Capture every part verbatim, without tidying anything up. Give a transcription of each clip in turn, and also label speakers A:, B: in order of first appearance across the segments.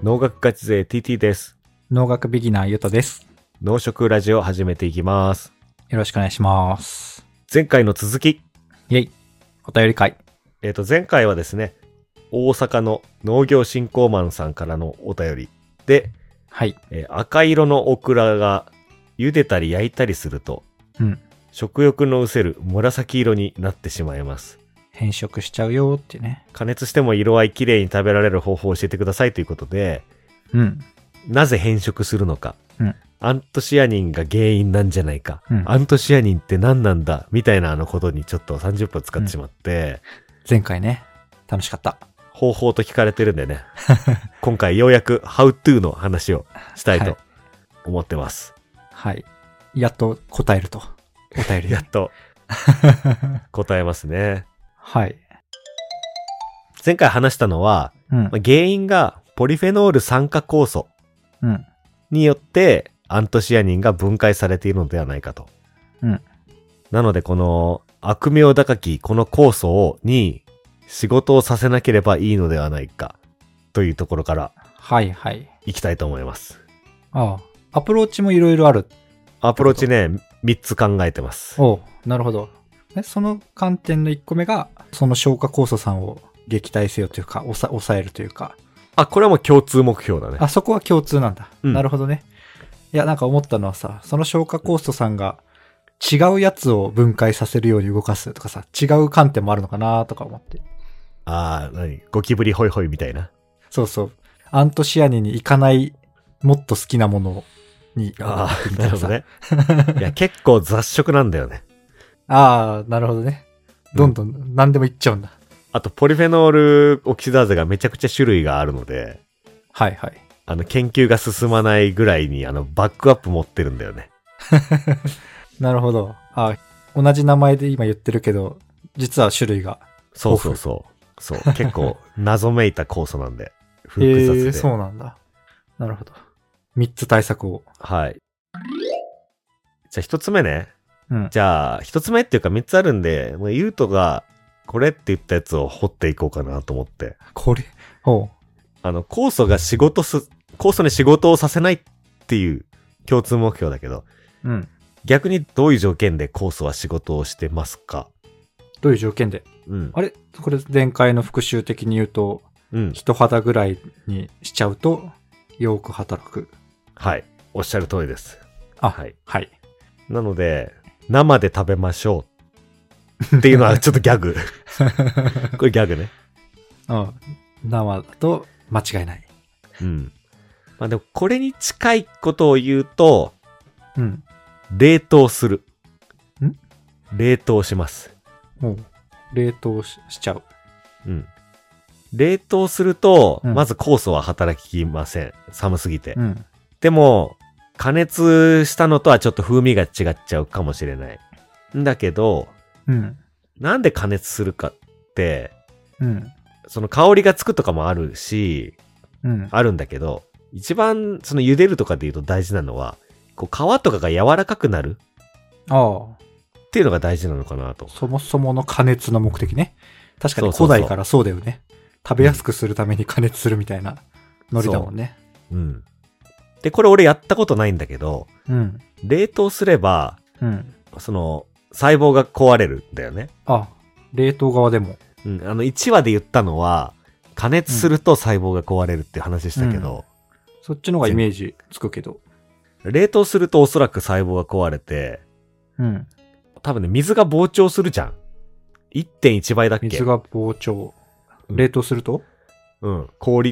A: 農学ガチ勢 ティーティー です。
B: 農学ビギナーゆとです。
A: 農食ラジオ始めていきます。
B: よろしくお願いします。
A: 前回の続き。
B: イェイ。お便り会。
A: えっと、前回はですね、大阪の農業振興マンさんからのお便りで、
B: はい。
A: えー赤色のオクラが茹でたり焼いたりすると、
B: うん。
A: 食欲の失せる紫色になってしまいます。
B: 変色しちゃうよってね。
A: 加熱しても色合いきれいに食べられる方法を教えてくださいということで、
B: うん。
A: なぜ変色するのか、
B: うん。
A: アントシアニンが原因なんじゃないか、
B: うん、
A: アントシアニンって何なんだみたいなあのことにちょっとさんじゅっぷん使ってしまって、
B: うん、前回ね、楽しかった。
A: 方法と聞かれてるんでね、今回ようやく How to の話をしたいと思ってます。
B: はい。はい、やっと答えると。お便り。
A: やっと答えますね。
B: はい。
A: 前回話したのは、
B: うん
A: まあ、原因がポリフェノール酸化酵素によってアントシアニンが分解されているのではないかと。
B: うん。
A: なのでこの悪名高きこの酵素をに仕事をさせなければいいのではないかというところから
B: はいはい。
A: いきたいと思います。
B: ああ、アプローチもいろいろある。
A: アプローチね、みっつ考えてます。
B: おう、なるほど。え、その観点のいっこめが、その消化酵素酸を撃退せよというか、抑えるというか。
A: あ、これはもう共通目標だね。
B: あ、そこは共通なんだ。
A: うん、
B: なるほどね。いや、なんか思ったのはさ、その消化酵素酸が違うやつを分解させるように動かすとかさ、違う観点もあるのかなとか思って。
A: ああ、何ゴキブリホイホイみたいな。
B: そうそう。アントシアニンに行かない、もっと好きなものに。
A: ああ、なるほどね。いや、結構雑食なんだよね。
B: ああ、なるほどね。どんどん何でもいっちゃうんだ。
A: うん、あと、ポリフェノールオキシダーゼがめちゃくちゃ種類があるので。
B: はいはい。
A: あの、研究が進まないぐらいに、あの、バックアップ持ってるんだよね。
B: なるほど。あ、同じ名前で今言ってるけど、実は種類が。
A: そうそうそう。そう。結構、謎めいた酵素なんで。複雑で。
B: えー、そうなんだ。なるほど。三つ対策を。
A: はい。じゃあ一つ目ね。
B: うん。
A: じゃあ、一つ目っていうか三つあるんで、もうゆうとが、これって言ったやつを掘っていこうかなと思って。
B: これほう。
A: あの、酵素が仕事す、酵素に仕事をさせないっていう共通目標だけど。
B: うん。
A: 逆にどういう条件で酵素は仕事をしてますか？
B: どういう条件で？
A: うん。
B: あれこれ前回の復習的に言うと、うん。人肌ぐらいにしちゃうと、よく働く。
A: はい。おっしゃる通りです。
B: あ、はい。はい。
A: なので、生で食べましょうっていうのはちょっとギャグ。これギャグね。
B: うん。生だと間違いない。
A: うん。まあでもこれに近いことを言うと、
B: うん。
A: 冷凍する。
B: ん？
A: 冷凍します。
B: もう、冷凍 し, しちゃう。
A: うん。冷凍すると、
B: うん、
A: まず酵素は働きません。寒すぎて。
B: うん、
A: でも、加熱したのとはちょっと風味が違っちゃうかもしれない。んだけど、
B: うん、
A: なんで加熱するかって、
B: うん、
A: その香りがつくとかもあるし、
B: うん、
A: あるんだけど、一番その茹でるとかで言うと大事なのは、こう皮とかが柔らかくなる
B: ああ
A: っていうのが大事なのかなと。
B: そもそもの加熱の目的ね。確かに古代からそうだよね。そうそうそう食べやすくするために加熱するみたいなノリだもんね。
A: う。うん。で、これ俺やったことないんだけど、
B: うん、
A: 冷凍すれば、
B: うん、
A: その細胞が壊れるんだよね。
B: あ、冷凍側でも。
A: うん、あのいちわで言ったのは、加熱すると細胞が壊れるっていう話したけど、
B: うん、そっちの方がイメージつくけど。
A: 冷凍するとおそらく細胞が壊れて、
B: うん。
A: 多分ね、水が膨張するじゃん。いってんいち 倍だっけ？
B: 水が膨張。冷凍すると？
A: うん。氷って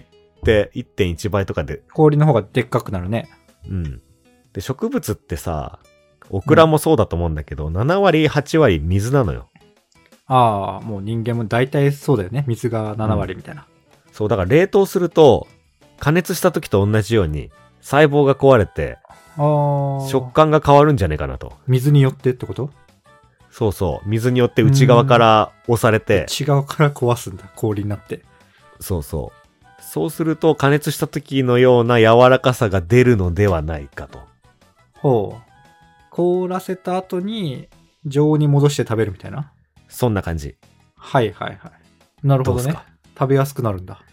A: いってんいち 倍とかで。
B: 氷の方がでっかくなるね。
A: うん。で、植物ってさ、オクラもそうだと思うんだけど、うん、ななわり、はちわり水なのよ。
B: ああ、もう人間も大体そうだよね。水がななわりみたいな。
A: うん、そう、だから冷凍すると、加熱した時と同じように、細胞が壊れて、
B: あ
A: 食感が変わるんじゃねえかなと。
B: 水によってってこと？
A: そうそう。水によって内側から押されて。
B: 内側から壊すんだ。氷になって。
A: そうそう。そうすると加熱した時のような柔らかさが出るのではないかと。
B: ほう。凍らせた後に常温に戻して食べるみたいな？
A: そんな感じ。
B: はいはいはい。なるほどね。食べやすくなるんだ。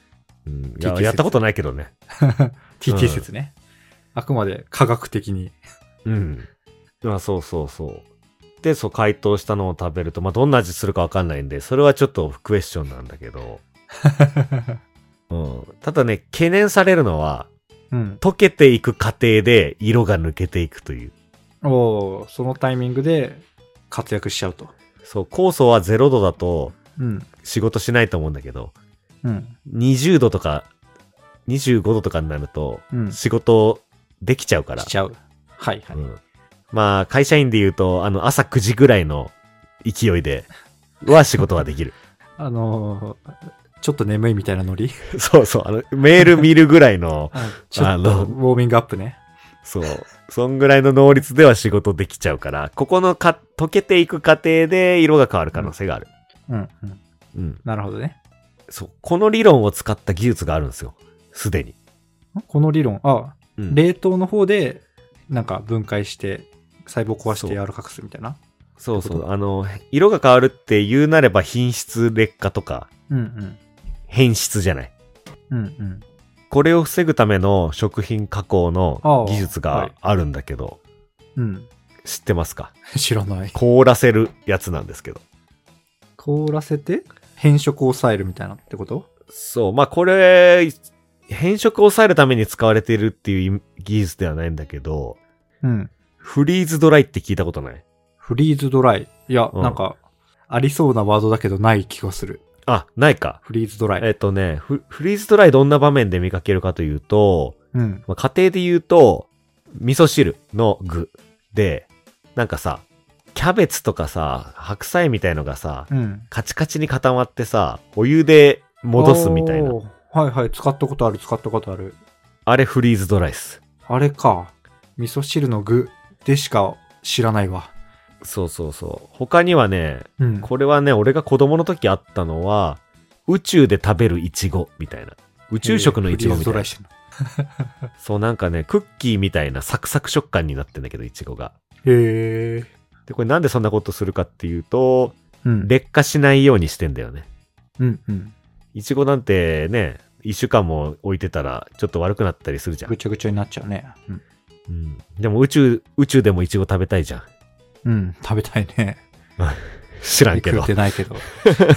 A: うん、い
B: ティーティー
A: や、
B: 説
A: やったことないけどね。
B: ティーティー 説ね。あくまで科学的に。
A: うん。まあそうそうそう。で、そう、解凍したのを食べると、まあどんな味するかわかんないんで、それはちょっとクエスチョンなんだけど。うん。ただね、懸念されるのは、
B: うん。
A: 溶けていく過程で色が抜けていくという。
B: おー、そのタイミングで活躍しちゃうと。
A: そう、酵素はゼロどだと
B: うん。
A: 仕事しないと思うんだけど、
B: うん。
A: にじゅうどとかにじゅうごどとかになると
B: うん。
A: 仕事できちゃうから。
B: しちゃう。はいはい。
A: うん、まあ、会社員で言うと、あの、朝くじぐらいの勢いでは仕事はできる。
B: あのー、ちょっと眠いみたいなノリ
A: そうそう、あの、メール見るぐらいの、
B: ちょっとウォーミングアップね。
A: そう。そんぐらいの能率では仕事できちゃうから、ここのか、溶けていく過程で色が変わる可能性がある。
B: うん、うん。
A: うん。
B: なるほどね。
A: そう。この理論を使った技術があるんですよ。すでに。
B: この理論、あ、
A: うん、
B: 冷凍の方で、なんか分解して、細胞壊して柔らかくするみたいな。
A: そうそう。あの、色が変わるって言うなれば品質劣化とか、
B: うんうん。
A: 変質じゃない。
B: うんうん。
A: これを防ぐための食品加工の技術があるんだけど、
B: うん。
A: 知ってますか？
B: 知らない。
A: 凍らせるやつなんですけど。
B: 凍らせて変色を抑えるみたいなってこと？
A: そう。まあ、これ、変色を抑えるために使われているっていう技術ではないんだけど、
B: うん。
A: フリーズドライって聞いたことない？
B: フリーズドライ。いや、
A: うん
B: なんか、ありそうなワードだけどない気がする。
A: あ、ないか。
B: フリーズドライ。
A: えっとね、フ、フリーズドライどんな場面で見かけるかというと、
B: うん。
A: まあ、家庭で言うと、味噌汁の具で、なんかさ、キャベツとかさ、白菜みたいのがさ、
B: うん。
A: カチカチに固まってさ、お湯で戻すみたいな。
B: おーはいはい、使ったことある、使ったことある。
A: あれフリーズドライっす。
B: あれか。味噌汁の具でしか知らないわ。
A: そうそうそう。他にはね、
B: うん。
A: これはね、俺が子供の時あったのは、宇宙で食べるイチゴみたいな。宇宙食のイチゴみたいな。
B: フリーズドライしてんの
A: そうなんかね、クッキーみたいなサクサク食感になってんだけど、イチゴが。
B: へえ。
A: で、これなんでそんなことするかっていうと、
B: うん。
A: 劣化しないようにしてんだよね。
B: うんうん。
A: イチゴなんてね、一週間も置いてたらちょっと悪くなったりするじゃん。
B: ぐちゃぐちゃになっちゃうね。うん。
A: うん。でも宇宙、宇宙でもイチゴ食べたいじゃん。
B: うん、食べたいね。
A: 知らんけど
B: 食っ。てないけど。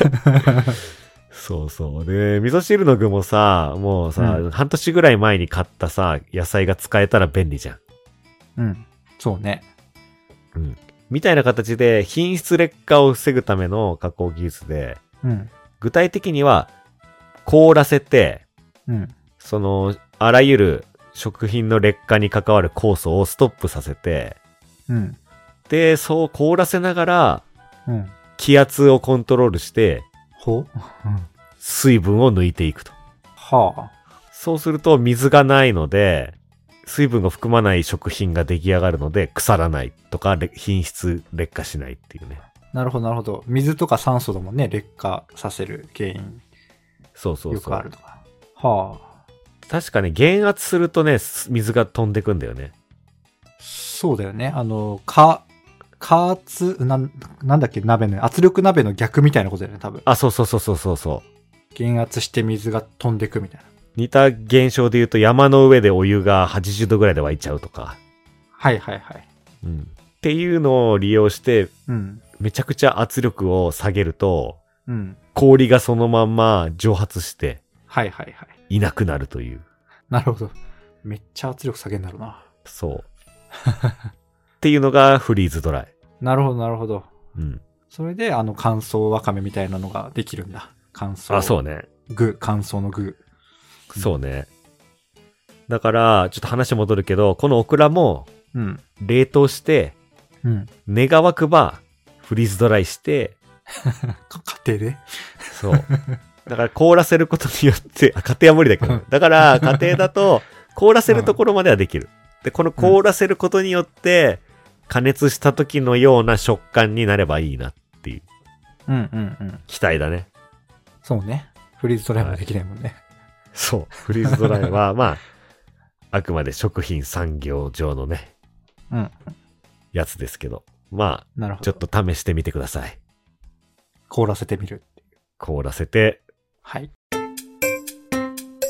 A: そうそう。で、味噌汁の具もさ、もうさ、
B: うん
A: 半年ぐらい前に買ったさ、野菜が使えたら便利じゃん。
B: うん。そうね。
A: うん。みたいな形で品質劣化を防ぐための加工技術で、
B: うん。
A: 具体的には凍らせて、
B: うん。
A: その、あらゆる食品の劣化に関わる酵素をストップさせて、
B: うん。
A: で、そう凍らせながら
B: うん。
A: 気圧をコントロールして
B: ほうん。
A: 水分を抜いていくと。
B: はあ。
A: そうすると水がないので、水分が含まない食品が出来上がるので腐らないとかれ品質劣化しないっていうね。
B: なるほど、なるほど。水とか酸素だもんね、劣化させる原因。
A: そうそうそう。
B: よくあるとか。はあ。
A: 確かね、減圧するとね、す水が飛んでくんだよね。
B: そうだよね。あの、か、加圧、なん、なんだっけ、鍋の、圧力鍋の逆みたいなことだよね、多分。
A: あ、そうそうそうそうそうそう。
B: 減圧して水が飛んでくみたいな。
A: 似た現象で言うと山の上でお湯がはちじゅうどぐらいで沸いちゃうとか。
B: はいはいはい。
A: うん。っていうのを利用して、
B: うん。
A: めちゃくちゃ圧力を下げると、
B: うん。
A: 氷がそのまんま蒸発して
B: はいはいはい。
A: いなくなるという。
B: なるほど。めっちゃ圧力下げんだろうな。
A: そう。っていうのがフリーズドライ。
B: なるほどなるほど。
A: うん。
B: それで、あの、乾燥わかめみたいなのができるんだ。乾燥。
A: あ、そうね。
B: 具、乾燥の具。
A: そうね。だから、ちょっと話戻るけど、このオクラも
B: うん。
A: 冷凍して、
B: うん。
A: 根が湧くばフリーズドライして、
B: 家庭で
A: そう。だから凍らせることによって、あ、家庭は無理だけど、だから家庭だと凍らせるところまではできる。で、この凍らせることによって、加熱した時のような食感になればいいなっていう
B: うんうんうん。
A: 期待だね。
B: そうね。フリーズドライもできないもんね。
A: そう。フリーズドライは、まあ、あくまで食品産業上のね、
B: うん。
A: やつですけど。まあ、
B: なるほど。
A: ちょっと試してみてください。
B: 凍らせてみる。
A: 凍らせて、
B: はい。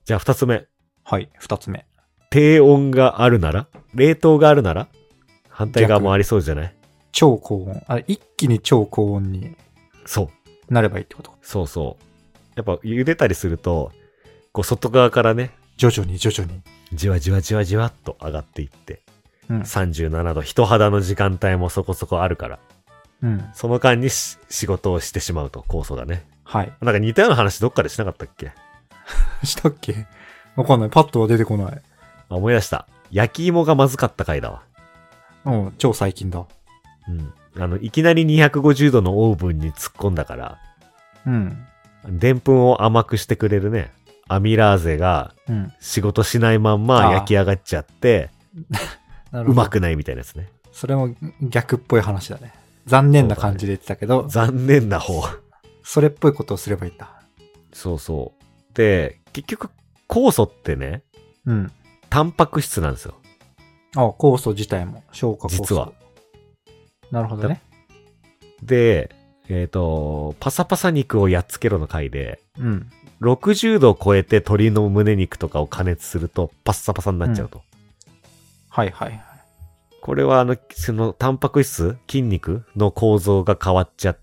A: じゃあ二つ目。
B: はい、二つ目。
A: 低温があるなら冷凍があるなら反対側もありそうじゃない？
B: 超高温。あれ、一気に超高温に
A: そう
B: なればいいってこと？
A: そうそう。やっぱ茹でたりすると、こう外側からね、
B: 徐々に徐々に。
A: じわじわじわじわっと上がっていって、
B: うん。
A: さんじゅうななど、人肌の時間帯もそこそこあるから、
B: うん。
A: その間にし仕事をしてしまうと、酵素がね。
B: はい。
A: なんか似たような話どっかでしなかったっけ？
B: したっけ？わかんない。パッとは出てこない。
A: あ、思い出した。焼き芋がまずかった回だわ。
B: うん、超最近だ。
A: うん。あの、いきなりにひゃくごじゅうどのオーブンに突っ込んだから、
B: うん。
A: でんぷんを甘くしてくれるね、アミラーゼが
B: うん。
A: 仕事しないまんま焼き上がっちゃって、
B: なるほど。
A: うまくないみたいなやつね。
B: それも逆っぽい話だね。残念な感じで言ってたけど、
A: 残念な方。
B: それっぽいことをすればいいんだ。
A: そうそう。で、結局、酵素ってね、
B: うん。
A: タンパク質なんですよ。
B: あ、酵素自体も、消化酵素。
A: 実は。
B: なるほどね。
A: で、えっと、パサパサ肉をやっつけろの回で、
B: うん。
A: ろくじゅうどを超えて鶏の胸肉とかを加熱するとパッサパサになっちゃうと。
B: はいはいはい。
A: これはあの、そのタンパク質、筋肉の構造が変わっちゃって、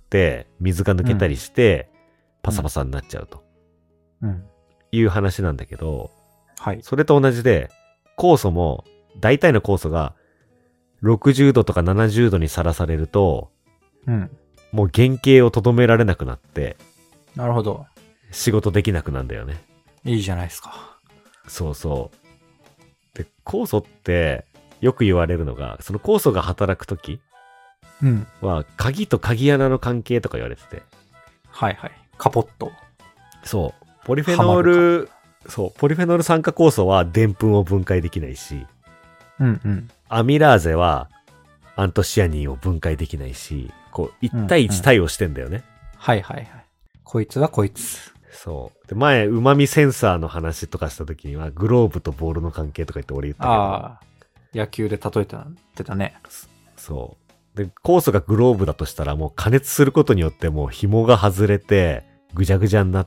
A: 水が抜けたりして、パサパサになっちゃうと。
B: うん。
A: いう話なんだけど、
B: はい。
A: それと同じで、酵素も、大体の酵素がろくじゅうどとかななじゅうどにさらされると、
B: うん。
A: もう原型をとどめられなくなって、
B: なるほど。
A: 仕事できなくなんだよね。
B: いいじゃないですか。
A: そうそう。で、酵素ってよく言われるのが、その酵素が働くとき
B: うん。
A: は、鍵と鍵穴の関係とか言われてて。
B: はいはい。カポッと。
A: そう。ポリフェノール、そう、ポリフェノール酸化酵素はデンプンを分解できないし、
B: うんうん。
A: アミラーゼはアントシアニンを分解できないし、こう、一対一対応してんだよね。
B: はいはいはい。こいつはこいつ。
A: そう。で、前、旨味センサーの話とかした時には、グローブとボールの関係とか言って俺言ったけど。
B: ああ。野球で例えたってたね。
A: そう。で、酵素がグローブだとしたら、もう加熱することによってもう紐が外れて、ぐじゃぐじゃになって、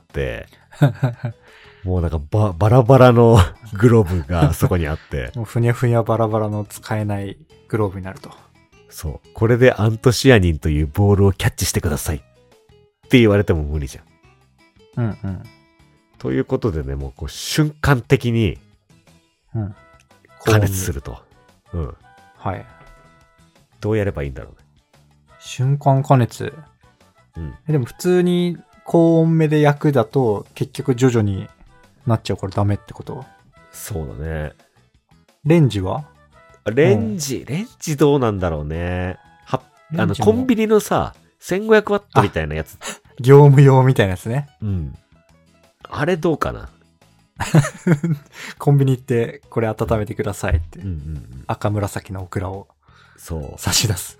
A: もうなんかババラバラのグローブがそこにあって。
B: もうふにゃふにゃバラバラの使えないグローブになると。
A: そう。これでアントシアニンというボールをキャッチしてください。って言われても無理じゃん。
B: うんうん。
A: ということでね、もうこう瞬間的に
B: うん。
A: 加熱すると。うん。
B: はい。
A: どうやればいいんだろうね。
B: 瞬間加熱。
A: うん。
B: でも普通に高温目で焼くだと結局徐々になっちゃうからダメってこと？
A: そうだね。
B: レンジは？
A: レンジ、うん、レンジどうなんだろうね。は、あの、コンビニのさ、せんごひゃくワットみたいなやつ。
B: 業務用みたいなやつね。
A: うん。あれどうかな。
B: コンビニ行ってこれ温めてくださいって。
A: うんうんうん、
B: 赤紫のオクラを。
A: そう。
B: 差し出す。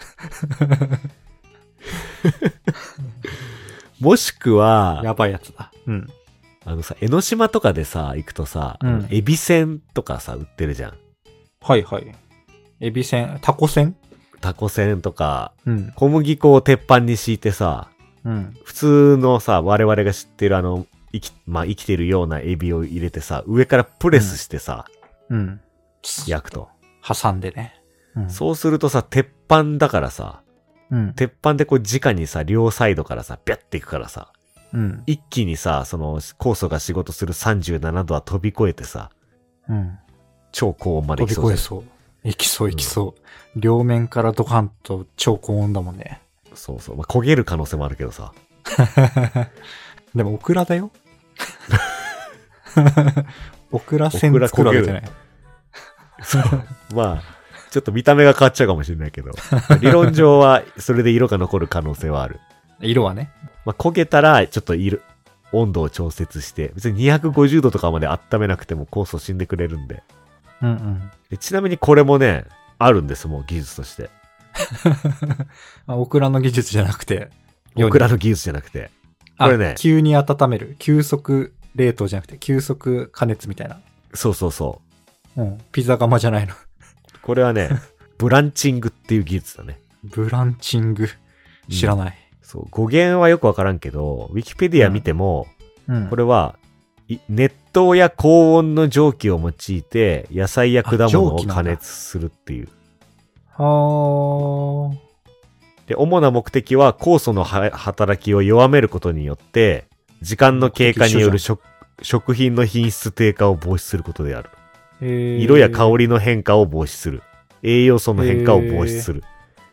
A: もしくは、
B: やばいやつだ。うん。
A: あのさ、江ノ島とかでさ、行くとさ、
B: うん、
A: エビせんとかさ、売ってるじゃん。
B: はいはい。エビせん、タコせん？
A: タコせんとか、
B: うん、
A: 小麦粉を鉄板に敷いてさ、
B: うん、
A: 普通のさ、我々が知ってるあの、生き、まあ、生きてるようなエビを入れてさ、上からプレスしてさ、
B: うん。うん、
A: 焼くと。
B: 挟んでね。
A: うん、そうするとさ、鉄板だからさ、うん、鉄板でこう直にさ、両サイドからさ、ビャッていくからさ、うん、一気にさ、その酵素が仕事するさんじゅうななどは飛び越えてさ、うん、超高温まで行きそう。
B: 飛び越えそう。行きそう行きそう。うん、両面からドカンと超高温だもんね。
A: そうそう。まあ、焦げる可能性もあるけどさ。
B: でもオクラだよ。オクラせん作るわけじゃない。
A: そう。まあ、ちょっと見た目が変わっちゃうかもしれないけど、理論上はそれで色が残る可能性はある。
B: 色はね。
A: まあ、焦げたらちょっと色、温度を調節して、別ににひゃくごじゅうどとかまで温めなくても酵素死んでくれるんで。
B: うんうん。
A: でちなみにこれもね、あるんです、もう技術として。
B: あ、オクラの技術じゃなくて。
A: オクラの技術じゃなくて。これね。
B: 急に温める。急速冷凍じゃなくて、急速加熱みたいな。
A: そうそうそう。
B: うん。ピザ窯じゃないの。
A: これはね、ブランチングっていう技術だね。
B: ブランチング。知らない。
A: うん、そう。語源はよくわからんけど、ウィキペディア見ても、うん、これは、 熱湯や高温の蒸気を用いて野菜や果物を加熱するっていう。
B: はー。
A: で、主な目的は酵素の働きを弱めることによって、時間の経過による 食, 食品の品質低下を防止することである。色や香りの変化を防止する。栄養素の変化を防止する。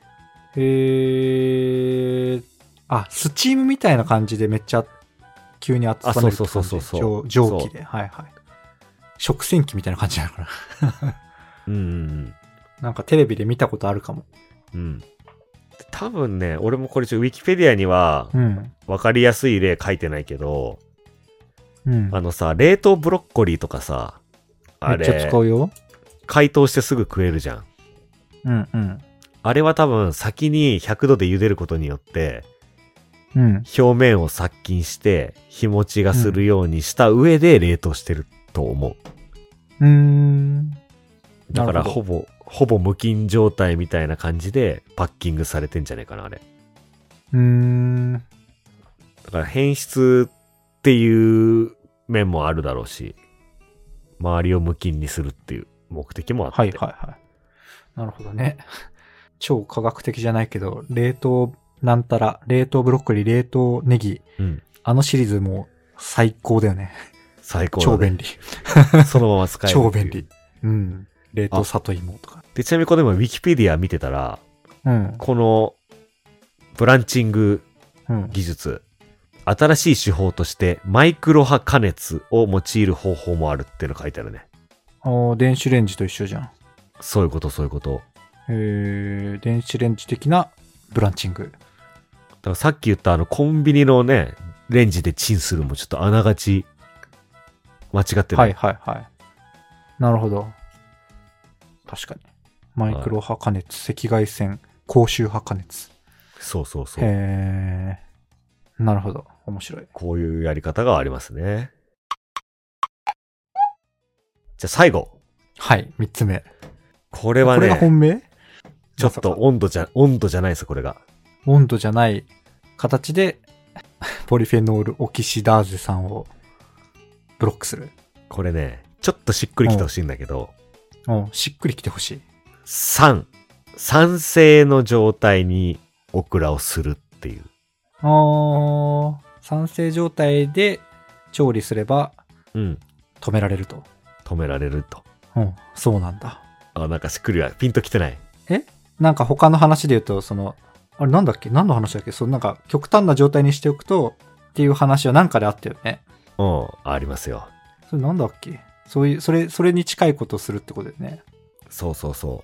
B: へー。あ、スチームみたいな感じでめっちゃ急に温めるって感じ。
A: そうそうそうそう。
B: 蒸気で。はいはい。食洗機みたいな感じなのかな。
A: うんうんうん。
B: なんかテレビで見たことあるかも。
A: うん。多分ね、俺もこれちょっとウィキペディアには、わかりやすい例書いてないけど、うん、あのさ、冷凍ブロッコリーとかさ、あれ、
B: めっちゃ使うよ。
A: 解凍してすぐ食えるじゃん。
B: うんうん。
A: あれは多分先にひゃくどで茹でることによって、
B: うん、
A: 表面を殺菌して日持ちがするようにした上で冷凍してると思う。
B: うーん。
A: だからほぼ、ほぼ無菌状態みたいな感じでパッキングされてんじゃないかな、あれ。
B: うーん。
A: だから変質っていう面もあるだろうし、周りを無菌にするっていう目的もあって。
B: はいはいはい。なるほどね。超科学的じゃないけど、冷凍なんたら、冷凍ブロッコリー、冷凍ネギ、
A: うん、
B: あのシリーズも最高だよね。
A: 最高だね。
B: 超便利。
A: そのまま使える。
B: 超便利。うん。冷凍里芋とか。
A: で、ちなみにこれもウィキペディア見てたら、
B: うん、
A: このブランチング技術、うん、新しい手法としてマイクロ波加熱を用いる方法もあるっていうの書いてあるね。
B: ああ、電子レンジと一緒じゃん。
A: そういうことそういうこと。
B: へえ、電子レンジ的なブランチング。
A: だからさっき言ったあのコンビニのね、レンジでチンするもちょっとあながち間違ってない。
B: はいはいはい。なるほど。確かに。マイクロ波加熱、はい、赤外線、高周波加熱。
A: そうそうそう。
B: へえ。なるほど。面白い。
A: こういうやり方がありますね。じゃあ最後。
B: はい、三つ目。
A: これはね。
B: これが本命？
A: ちょっと温度じゃ、温度じゃないです、これが。
B: 温度じゃない形で、ポリフェノールオキシダーゼ酸をブロックする。
A: これね、ちょっとしっくりきてほしいんだけど。
B: うん、しっくりきてほしい。
A: 酸。酸性の状態にオクラをするっていう。
B: あー、酸性状態で調理すれば、
A: うん。
B: 止められると。
A: 止められると。
B: うん、そうなんだ。
A: あ、なんかしっくりは、ピンときてない。
B: え？なんか他の話で言うと、その、あれなんだっけ？何の話だっけ？そのなんか極端な状態にしておくとっていう話はなんかであったよね。
A: うん、ありますよ。
B: それなんだっけ？そういう、それ、それに近いことをするってことだよね。
A: そうそうそう。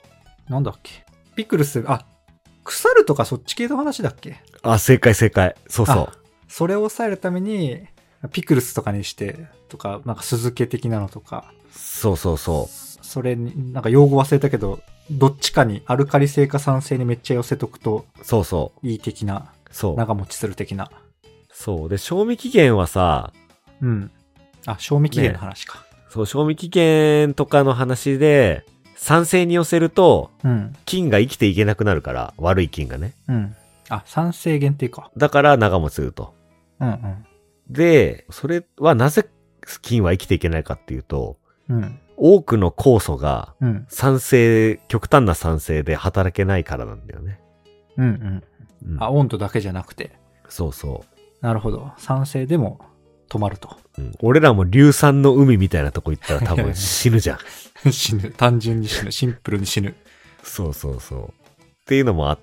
B: なんだっけ？ピクルス、あ、腐るとかそっち系の話だっけ？
A: あ、正解正解。そうそう。
B: それを抑えるために、ピクルスとかにして、とか、なんか酢漬け的なのとか。
A: そうそうそう。
B: それに、なんか用語忘れたけど、どっちかにアルカリ性か酸性にめっちゃ寄せとくと、
A: そうそう。
B: いい的な。
A: そう。
B: 長持ちする的な。
A: そう。で、賞味期限はさ、
B: うん。あ、賞味期限の話か。
A: ね、そう、賞味期限とかの話で、酸性に寄せると、
B: うん、
A: 菌が生きていけなくなるから、悪い菌がね。
B: うん。あ、酸性限定か。
A: だから長持ちすると。
B: うんうん。
A: で、それはなぜ菌は生きていけないかっていうと、
B: うん、
A: 多くの酵素が酸性、うん、極端な酸性で働けないからなんだよね。
B: うんうん。うん、あ、温度だけじゃなくて。
A: そうそう。
B: なるほど。酸性でも止まると。
A: うん、俺らも硫酸の海みたいなとこ行ったら多分死ぬじゃ
B: ん。死ぬ。単純に死ぬ。シンプルに死ぬ。
A: そうそうそう。っていうのもあって、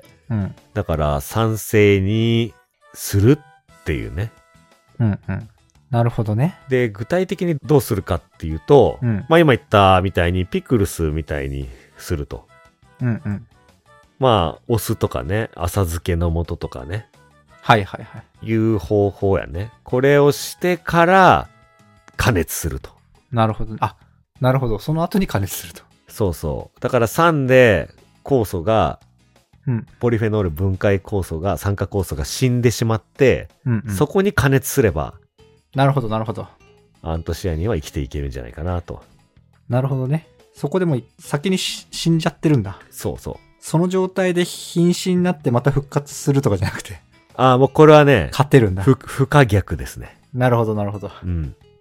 B: うん、
A: だから酸性にするっていうね。
B: うんうん。なるほどね。
A: で、具体的にどうするかっていうと、
B: うん、
A: まあ今言ったみたいにピクルスみたいにすると。
B: うんうん。
A: まあ、お酢とかね、浅漬けの素とかね。
B: はいはいはい。
A: いう方法やね。これをしてから加熱すると。
B: なるほど。あ、なるほど。その後に加熱すると。
A: そうそう。だから酸で酵素が、
B: うん、
A: ポリフェノール分解酵素が、酸化酵素が死んでしまって、
B: うんうん、
A: そこに加熱すれば、
B: なるほどなるほど。
A: アントシアニンは生きていけるんじゃないかなと。
B: なるほどね。そこでも先に死んじゃってるんだ。
A: そうそう。
B: その状態で瀕死になってまた復活するとかじゃなくて。
A: ああ、もうこれはね、
B: 勝てるんだ。
A: 不、不可逆ですね。
B: なるほどなるほど。
A: うん。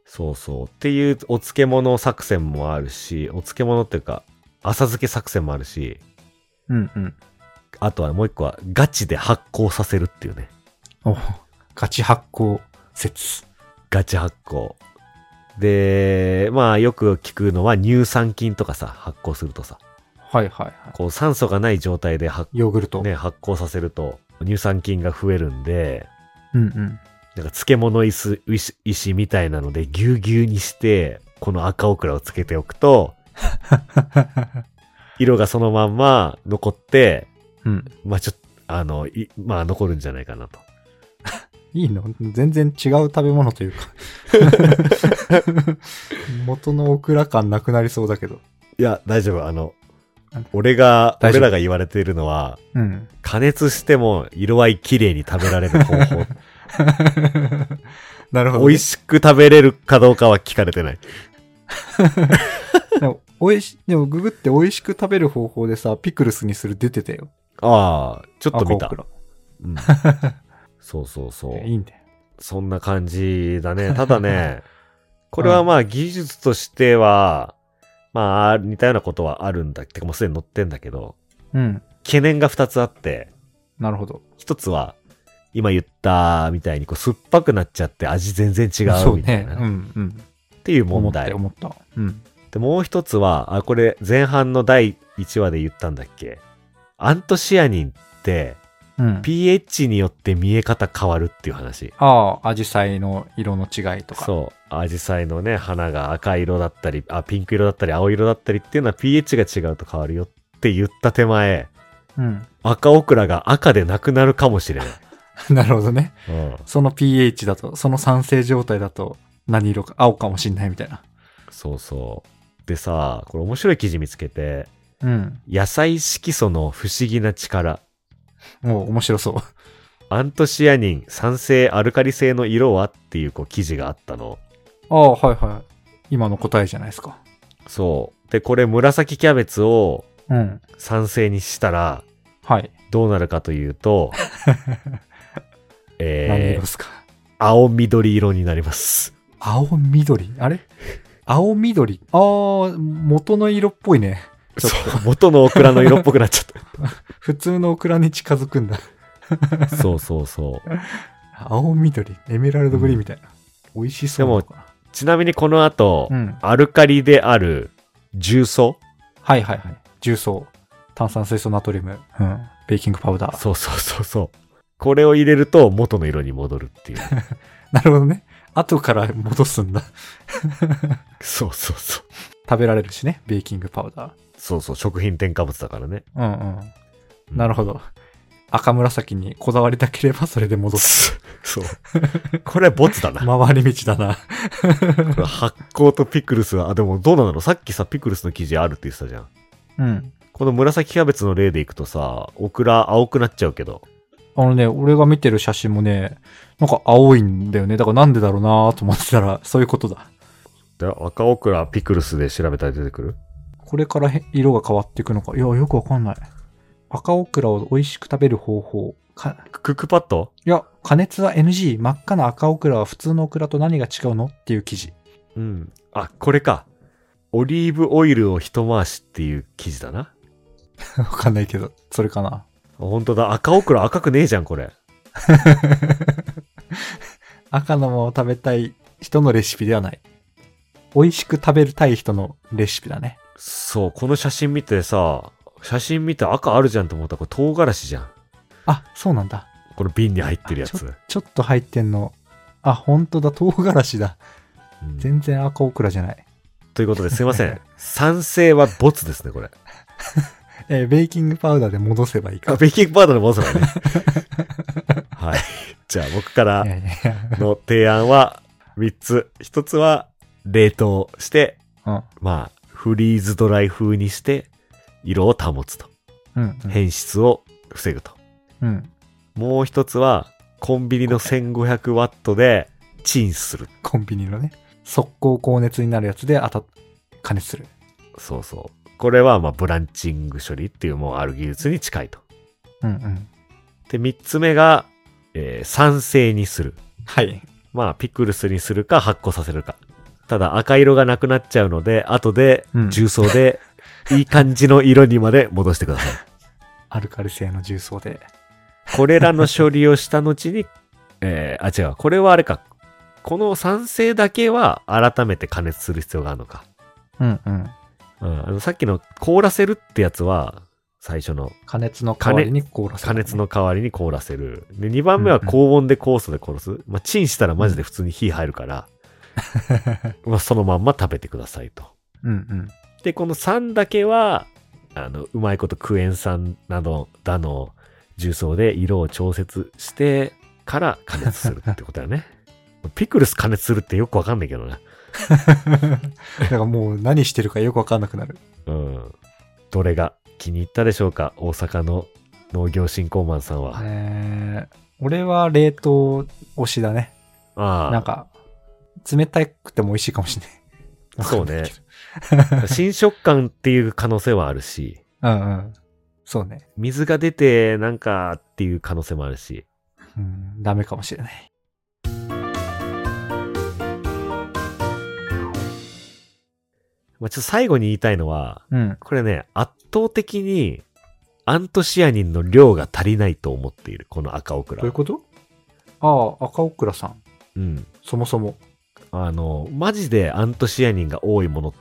A: そうそう。っていうお漬物作戦もあるし、お漬物っていうか、浅漬け作戦もあるし、
B: うんうん。
A: あとはもう一個はガチで発酵させるっていうね。
B: おガチ発酵説。
A: ガチ発酵。で、まあよく聞くのは乳酸菌とかさ、発酵するとさ、
B: はいはいはい。
A: こう酸素がない状態で発,、
B: ヨーグルト。
A: ね、発酵させると乳酸菌が増えるんで、
B: うんうん。
A: なんか漬物石石石みたいなのでぎゅうぎゅうにして、この赤オクラをつけておくと、色がそのまんま残って、
B: うん。
A: まあちょっと、あの、いまあ残るんじゃないかなと。
B: いいの？全然違う食べ物というか。元のオクラ感なくなりそうだけど。
A: いや、大丈夫。あの、俺が、
B: 大丈夫
A: 俺らが言われているのは、
B: うん。
A: 加熱しても色合い綺麗に食べられる方法。
B: なるほど、ね。
A: 美味しく食べれるかどうかは聞かれてない。
B: でも、おいし、でもググって美味しく食べる方法でさ、ピクルスにする出てたよ。
A: ああ、ちょっと見た。
B: 赤オクラ。
A: うん、そうそうそう。
B: いいんだよ。
A: そんな感じだね。ただね、これはまあ技術としては、まあ似たようなことはあるんだってかもうすでに載ってんだけど、
B: うん。
A: 懸念が二つあって、
B: なるほど。
A: 一つは、今言ったみたいにこう酸っぱくなっちゃって味全然違うみたいな。
B: そうね。うんうん。
A: っていう問題。
B: 思った思った。うん。
A: で、もう一つは、あ、これ前半のだいいちわで言ったんだっけ？アントシアニンって、
B: うん、
A: pH によって見え方変わるっていう話。
B: ああ、アジサイの色の違いとか。
A: そう。アジサイのね、花が赤色だったり、あ、ピンク色だったり、青色だったりっていうのは pH が違うと変わるよって言った手前、
B: うん。
A: 赤オクラが赤でなくなるかもしれない。
B: なるほどね。
A: うん。
B: その pH だと、その酸性状態だと何色か、青かもしんないみたいな。
A: そうそう。でさ、これ面白い記事見つけて、
B: うん。
A: 野菜色素の不思議な力。
B: もう面白そう。
A: アントシアニン、酸性、アルカリ性の色はっていうこう記事があったの。
B: ああ、はいはい。今の答えじゃないですか。
A: そう。で、これ紫キャベツを
B: うん。
A: 酸性にしたら、
B: はい。
A: どうなるかというと、えー、
B: 何色ですか？
A: 青緑色になります。
B: 青緑あれ青緑ああ、元の色っぽいね。ちょっと
A: そう、元のオクラの色っぽくなっちゃっ
B: 普通のオクラに近づくんだ。
A: た。そうそうそう。
B: 青緑、エメラルドグリーンみたいな。美味しそうなのかな。
A: ちなみにこの後、
B: うん、
A: アルカリである重曹
B: はいはいはい。重曹、炭酸水素ナトリウム、うん、ベーキングパウダー。
A: そうそうそうそう。これを入れると元の色に戻るっていう。
B: なるほどね。後から戻すんだ。
A: そうそうそう。
B: 食べられるしね、ベーキングパウダー。
A: そうそう、食品添加物だからね。
B: うんうん。なるほど。赤紫にこだわりたければそれで戻す。
A: そう。これはボツだな。
B: 回り道だな。
A: これ発酵とピクルスは、あ、でもどうなの？さっきさ、ピクルスの生地あるって言ってたじゃん。
B: うん。
A: この紫キャベツの例でいくとさ、オクラ青くなっちゃうけど。
B: あのね、俺が見てる写真もね、なんか青いんだよね。だからなんでだろうなと思ってたら、そういうことだ。
A: で、赤オクラピクルスで調べたら出てくる？
B: これからへ色が変わっていくのか。いや、よくわかんない。赤オクラを美味しく食べる方法。か
A: クックパッド？
B: いや、加熱は エヌジー。真っ赤な赤オクラは普通のオクラと何が違うのっていう記事。
A: うん。あ、これか。オリーブオイルを一回しっていう記事だな。
B: わかんないけど、それかな。
A: ほんとだ。赤オクラ赤くねえじゃん、これ。
B: 赤のものを食べたい人のレシピではない。美味しく食べたい人のレシピだね。
A: そう、この写真見てさ、写真見て赤あるじゃんと思ったらこれ唐辛子じゃん。
B: あ、そうなんだ。
A: この瓶に入ってるやつ。
B: ちょ、ちょっと入ってんの。あ、ほんとだ、唐辛子だ。
A: うん、
B: 全然赤オクラじゃない。
A: ということですいません。酸性はボツですね、これ。
B: えー、ベーキングパウダーで戻せばいいか。
A: あ、ベーキングパウダーで戻せばいいね。はい。じゃあ僕からの提案はみっつ。ひとつは冷凍して、
B: うん、
A: まあ、フリーズドライ風にして色を保つと。
B: うんうん、
A: 変質を防ぐと。
B: うん、
A: もう一つはコンビニのせんごひゃくワットでチンする。
B: コンビニのね。速攻高熱になるやつであた、加熱する。
A: そうそう。これはまあブランチング処理っていうもうある技術に近いと。
B: うんうん。
A: で、三つ目が、えー、酸性にする。
B: はい。
A: まあ、ピクルスにするか発酵させるか。 ただ赤色がなくなっちゃうので、後で
B: うん
A: 重曹でいい感じの色にまで戻してください。
B: アルカリ性の重曹で。
A: これらの処理をした後に、えー、あ、違う。これはあれか。この酸性だけは改めて加熱する必要があるのか。
B: うんうん。
A: うん。あの、さっきの凍らせるってやつは、最初の
B: 加熱の代わりに凍らせる、
A: 加熱の代わりに凍らせる。で、にばんめは高温で酵素で殺す。まあ、チンしたらマジで普通に火入るから、まあ、そのまんま食べてくださいと。
B: うんうん。
A: で、この酸だけは、あの、うまいことクエン酸など、だの、重曹で色を調節してから加熱するってことだね。ピクルス加熱するってよくわかんないけどね。
B: だからもう何してるかよくわかんなくなる。
A: うん。どれが気に入ったでしょうか、大阪の農業振興マンさんは。
B: えー、俺は冷凍推しだね。
A: ああ。
B: なんか、冷たくても美味しいかもしれない。
A: そうね。新食感っていう可能性はあるし。
B: うんうん。そうね。
A: 水が出てなんかっていう可能性もあるし。
B: うん、ダメかもしれない。
A: まあ、ちょっと最後に言いたいのは、
B: うん。
A: これね、圧倒的にアントシアニンの量が足りないと思っている。この赤オクラ。
B: どういうこと？ああ、赤オクラさん。
A: うん。
B: そもそも。
A: あの、マジでアントシアニンが多いものって、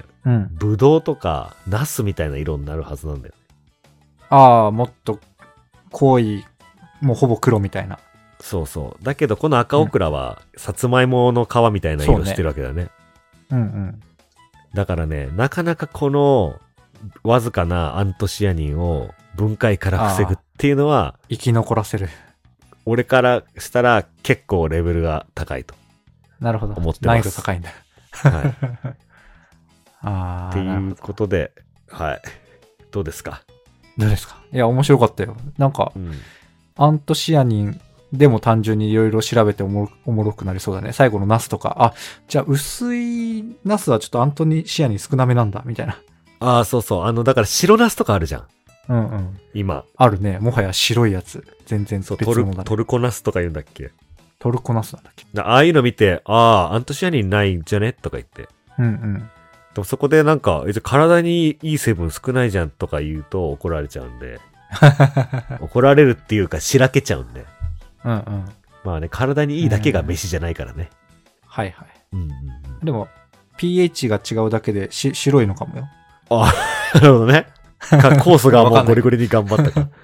B: うん。
A: ブドウとかナスみたいな色になるはずなんだよ。
B: ああ、もっと濃い、もうほぼ黒みたいな。
A: そうそう。だけどこの赤オクラは、さつまいもの皮みたいな色してるわけだね。
B: うんうん。
A: だからね、なかなかこの、わずかなアントシアニンを分解から防ぐっていうのは、
B: 生き残らせる。
A: 俺からしたら結構レベルが高いと
B: なるほど。
A: 思ってます。
B: 難易度高いんだ。
A: はい。
B: ああ。
A: っていうことで、はい。どうですか？
B: どうですか？いや、面白かったよ。なんか、
A: うん。
B: アントシアニンでも単純にいろいろ調べておもろおもろくなりそうだね。最後のナスとか、あ、じゃあ薄いナスはちょっとアントシアニン少なめなんだ、みたいな。
A: ああ、そうそう。あの、だから白ナスとかあるじゃん。
B: うんうん。
A: 今。
B: あるね。もはや白いやつ。全然別
A: そう、トル
B: 物だね。
A: トルコナスとか言うんだっけ？
B: トルコナスなんだっけ？
A: ああいうの見て、ああ、アントシアニンないんじゃねとか言って。
B: うんうん。
A: でもそこでなんか、えじゃあ体にいい成分少ないじゃんとか言うと怒られちゃうんで。怒られるっていうか、しらけちゃうんで。
B: うんうん。
A: まあね、体にいいだけが飯じゃないからね。
B: はいはい。
A: うんうんうん。
B: でも、pH が違うだけでし白いのかもよ。
A: ああ、なるほどね。か酵素がもうゴリゴリに頑張ったか。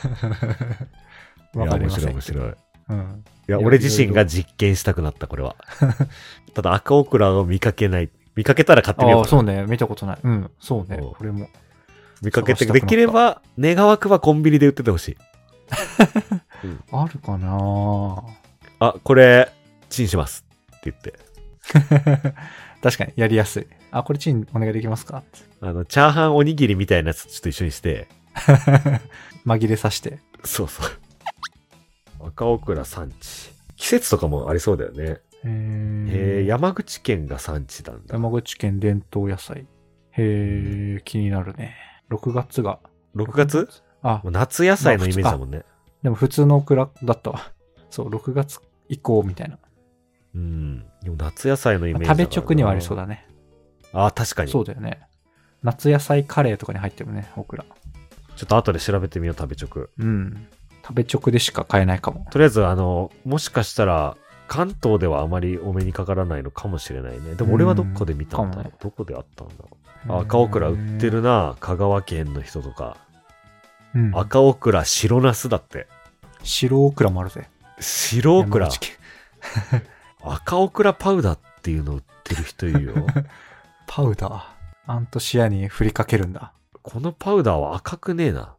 B: わかりません。
A: いや、面白い面白い。
B: うん。
A: いや、
B: いや
A: 俺自身が実験したくなった、これは。ただ赤オクラを見かけない。見かけたら買ってみよう
B: ああ、
A: かな。
B: そうね。見たことない。うん、そうね。
A: おう
B: これも。
A: 見かけて、
B: 探したくなった
A: できれば、願わくはコンビニで売っててほしい。
B: あるかな
A: あ、これ、チンしますって言って。
B: 確かに、やりやすい。あ、これチンお願いできますか？
A: あの、チャーハンおにぎりみたいなやつちょっと一緒にして。
B: 紛れさして。
A: そうそう。赤オクラ産地。季節とかもありそうだよね。
B: へ
A: へえ、
B: ー
A: 山口県が産地なんだ。
B: 山口県伝統野菜。へえ、気になるね。ろくがつが。
A: ろくがつ？
B: あ
A: もう、夏野菜のイメージだもんね。
B: でも普通のオクラだったわ。そう、ろくがつ以降みたいな。
A: うん。でも夏野菜のイメージだ
B: 食べ
A: からな。
B: 直にはありそうだね。
A: あ、確かに。
B: そうだよね。夏野菜カレーとかに入ってるね、オクラ。
A: ちょっと後で調べてみよう、食べ直。
B: うん。食べ直でしか買えないかも。
A: とりあえず、あの、もしかしたら、関東ではあまりお目にかからないのかもしれないね。でも俺はどこで見たんだろう、
B: うんかもね
A: どこであったんだろう。あ、赤オクラ売ってるな、香川県の人とか。
B: うん。
A: 赤オクラ白ナスだって。
B: 白オクラもあるぜ。
A: 白オクラ
B: 山。口県
A: 赤オクラパウダーっていうの売ってる人いるよ。
B: パウダー。アントシアニン振りかけるんだ。
A: このパウダーは赤くねえな。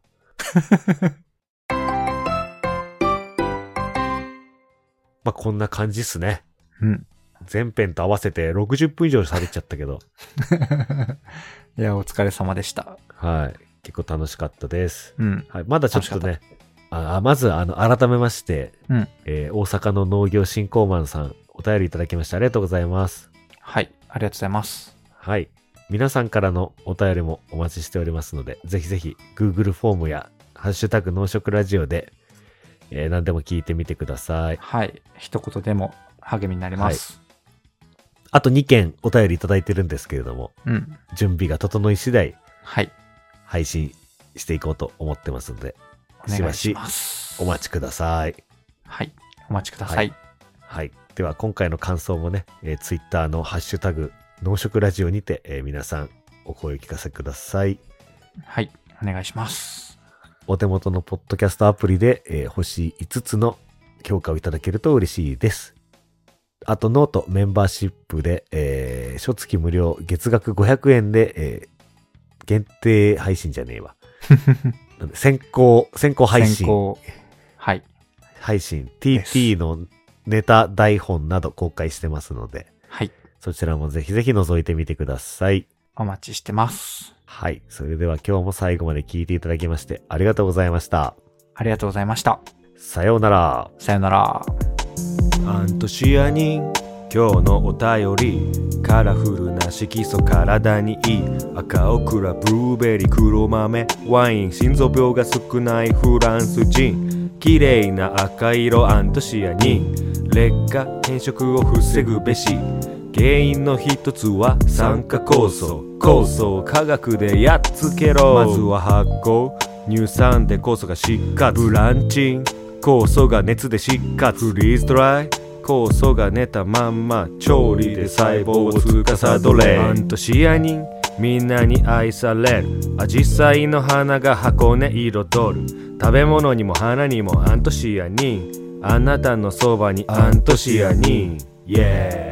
A: まあ、こんな感じっすね。
B: うん。
A: 前編と合わせてろくじゅっぷん以上喋っちゃったけど。
B: いや、お疲れ様でした。
A: はい。結構楽しかったです。
B: うん。
A: はい。まだちょっとね、あまず、あの、改めまして、
B: うん。
A: えー大阪の農業振興マンさん、お便りいただきましてありがとうございます。
B: はい。ありがとうございます。
A: はい。皆さんからのお便りもお待ちしておりますので、ぜひぜひ Google フォームやハッシュタグ農食ラジオで、えー何でも聞いてみてください。
B: はい。一言でも励みになります。
A: あとにけんお便りいただいてるんですけれども、
B: うん。
A: 準備が整い次第、
B: はい。
A: 配信していこうと思ってますので、
B: お願いします。
A: お待ちください。
B: はい。お待ちください。
A: はい。はい、では、今回の感想もね、えー、ツイッターのハッシュタグ、農食ラジオにて、えー、皆さんお声を聞かせください。
B: はい。お願いします。
A: お手元のポッドキャストアプリで、えー、星いつつの評価をいただけると嬉しいです。あと、ノートメンバーシップで、えー、初月無料、月額ごひゃくえんで、えー、限定配信じゃねえわ。先行、先行配信。
B: 先行。はい。
A: 配信。ティーティー のネタ台本など公開してますので。
B: はい。
A: そちらもぜひぜひ覗いてみてください。
B: お待ちしてます。
A: はい。それでは今日も最後まで聞いていただきましてありがとうございました。
B: ありがとうございました。
A: さようなら。
B: さようなら。
C: アントシアニン、今日のお便り。カラフルな色素体にいい。赤オクラ、ブルーベリー、黒豆、ワイン、心臓病が少ないフランス人。綺麗な赤色アントシアニン。劣化変色を防ぐべし。原因の一つは酸化酵素。酵素を科学でやっつけろ。まずは発酵、乳酸で酵素が失活。ブランチン、酵素が熱で失活。フリーズドライ、酵素が寝たまんま調理で細胞を司れ。アントシアニン、みんなに愛される。アジサイの花が箱根彩る。食べ物にも花にもアントシアニン。あなたのそばにアントシアニン。イエーイ。